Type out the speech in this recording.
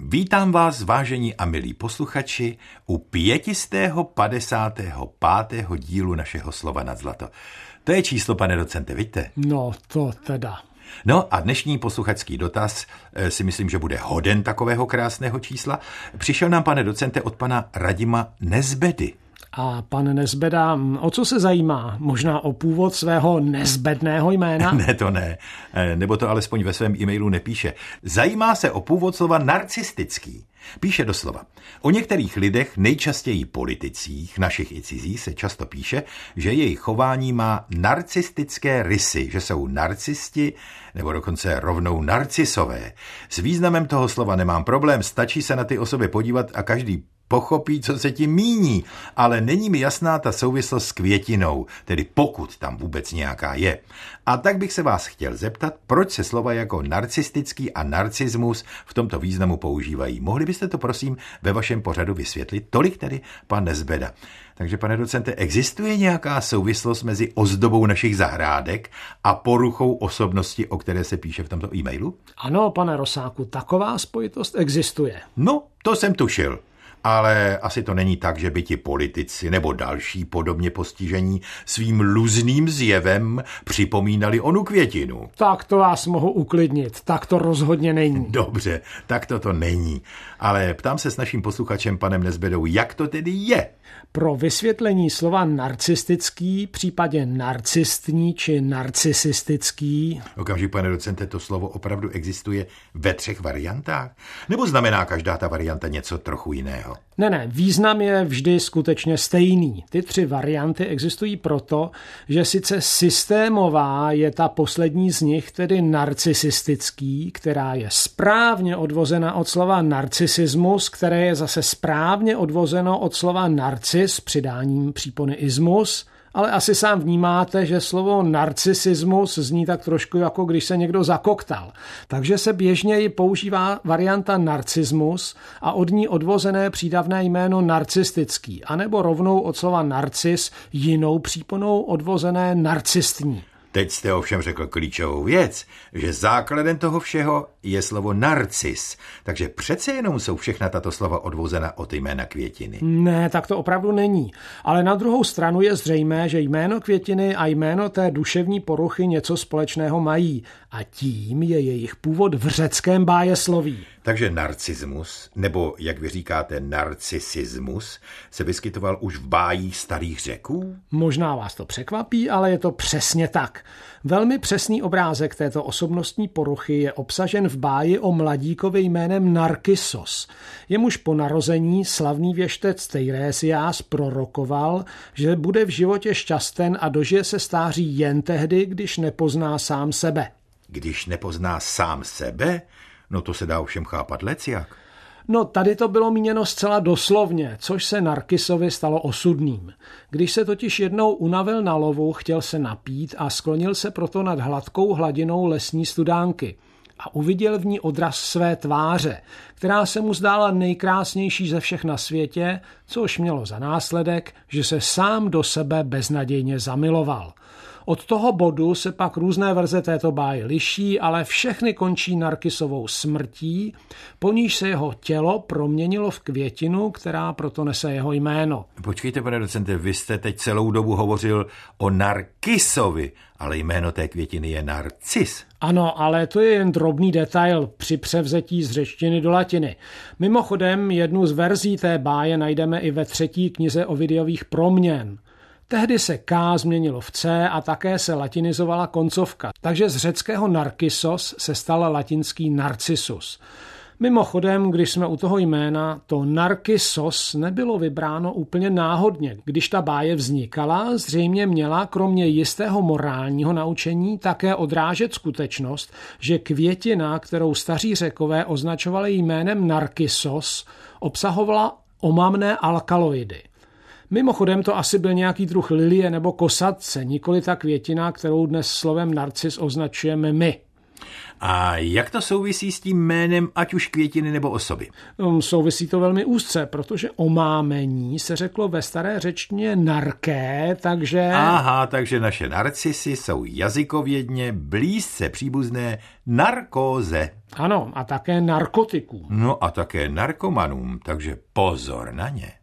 Vítám vás, vážení a milí posluchači, u 555. dílu našeho Slova nad zlato. To je číslo, pane docente, vidíte? No, to teda. No a dnešní posluchačský dotaz si myslím, že bude hoden takového krásného čísla. Přišel nám, pane docente, od pana Radima Nezbedy. A pan Nezbeda, o co se zajímá? Možná o původ svého nezbedného jména? Ne, to ne. Nebo to alespoň ve svém e-mailu nepíše. Zajímá se o původ slova narcistický. Píše doslova. O některých lidech, nejčastěji politicích, našich i cizích, se často píše, že jejich chování má narcistické rysy, že jsou narcisti nebo dokonce rovnou narcisové. S významem toho slova nemám problém, stačí se na ty osoby podívat a každý pochopí, co se tím míní, ale není mi jasná ta souvislost s květinou, tedy pokud tam vůbec nějaká je. A tak bych se vás chtěl zeptat, proč se slova jako narcistický a narcismus v tomto významu používají. Mohli byste to prosím ve vašem pořadu vysvětlit? Tolik tedy pan Nezbeda. Takže, pane docente, existuje nějaká souvislost mezi ozdobou našich zahrádek a poruchou osobnosti, o které se píše v tomto e-mailu? Ano, pane Rosáku, taková spojitost existuje. No, to jsem tušil. Ale asi to není tak, že by ti politici nebo další podobně postižení svým luzným zjevem připomínali onu květinu. Tak to vás mohu uklidnit, tak to rozhodně není. Dobře, tak to není. Ale ptám se s naším posluchačem panem Nezbedou, jak to tedy je? Pro vysvětlení slova narcistický, případně narcistní či narcisistický. Okamžik, pane docente, to slovo opravdu existuje ve 3 variantách? Nebo znamená každá ta varianta něco trochu jiného? Ne, význam je vždy skutečně stejný. Ty 3 varianty existují proto, že sice systémová je ta poslední z nich, tedy narcisistický, která je správně odvozena od slova narcisismus, které je zase správně odvozeno od slova narcis s přidáním přípony ismus, ale asi sám vnímáte, že slovo narcisismus zní tak trošku jako když se někdo zakoktal. Takže se běžněji používá varianta narcismus a od ní odvozené přídavné jméno narcistický, anebo rovnou od slova narcis jinou příponou odvozené narcistní. Teď jste ovšem řekl klíčovou věc, že základem toho všeho je slovo narcis, takže přece jenom jsou všechna tato slova odvozena od jména květiny. Ne, tak to opravdu není. Ale na druhou stranu je zřejmé, že jméno květiny a jméno té duševní poruchy něco společného mají. A tím je jejich původ v řeckém bájesloví. Takže narcismus, nebo jak vy říkáte narcisismus, se vyskytoval už v bájích starých Řeků? Možná vás to překvapí, ale je to přesně tak. Velmi přesný obrázek této osobnostní poruchy je obsažen v báji o mladíkovi jménem Narkissos. Jemuž po narození slavný věštec Teiresias prorokoval, že bude v životě šťasten a dožije se stáří jen tehdy, když nepozná sám sebe. Když nepozná sám sebe? No to se dá ovšem chápat lecjak. No tady to bylo míněno zcela doslovně, což se Narkisovi stalo osudným. Když se totiž jednou unavil na lovu, chtěl se napít a sklonil se proto nad hladkou hladinou lesní studánky. A uviděl v ní odraz své tváře, která se mu zdála nejkrásnější ze všech na světě, což mělo za následek, že se sám do sebe beznadějně zamiloval. Od toho bodu se pak různé verze této báje liší, ale všechny končí Narkisovou smrtí, po níž se jeho tělo proměnilo v květinu, která proto nese jeho jméno. Počkejte, pane docente, vy jste teď celou dobu hovořil o Narkisovi, ale jméno té květiny je Narcis. Ano, ale to je jen drobný detail při převzetí z řečtiny do latiny. Mimochodem, jednu z verzí té báje najdeme i ve 3. knize Ovidiových proměn. Tehdy se K změnilo v C a také se latinizovala koncovka, takže z řeckého Narkissos se stal latinský Narcissus. Mimochodem, když jsme u toho jména, to Narkissos nebylo vybráno úplně náhodně. Když ta báje vznikala, zřejmě měla kromě jistého morálního naučení také odrážet skutečnost, že květina, kterou staří Řekové označovali jménem Narkissos, obsahovala omamné alkaloidy. Mimochodem to asi byl nějaký druh lilie nebo kosatce, nikoli ta květina, kterou dnes slovem narcis označujeme my. A jak to souvisí s tím jménem, ať už květiny nebo osoby? Souvisí to velmi úzce, protože omámení se řeklo ve staré řečtině narké, takže... Aha, takže naše narcisy jsou jazykovědně blízce příbuzné narkóze. Ano, a také narkotikům. No a také narkomanům, takže pozor na ně.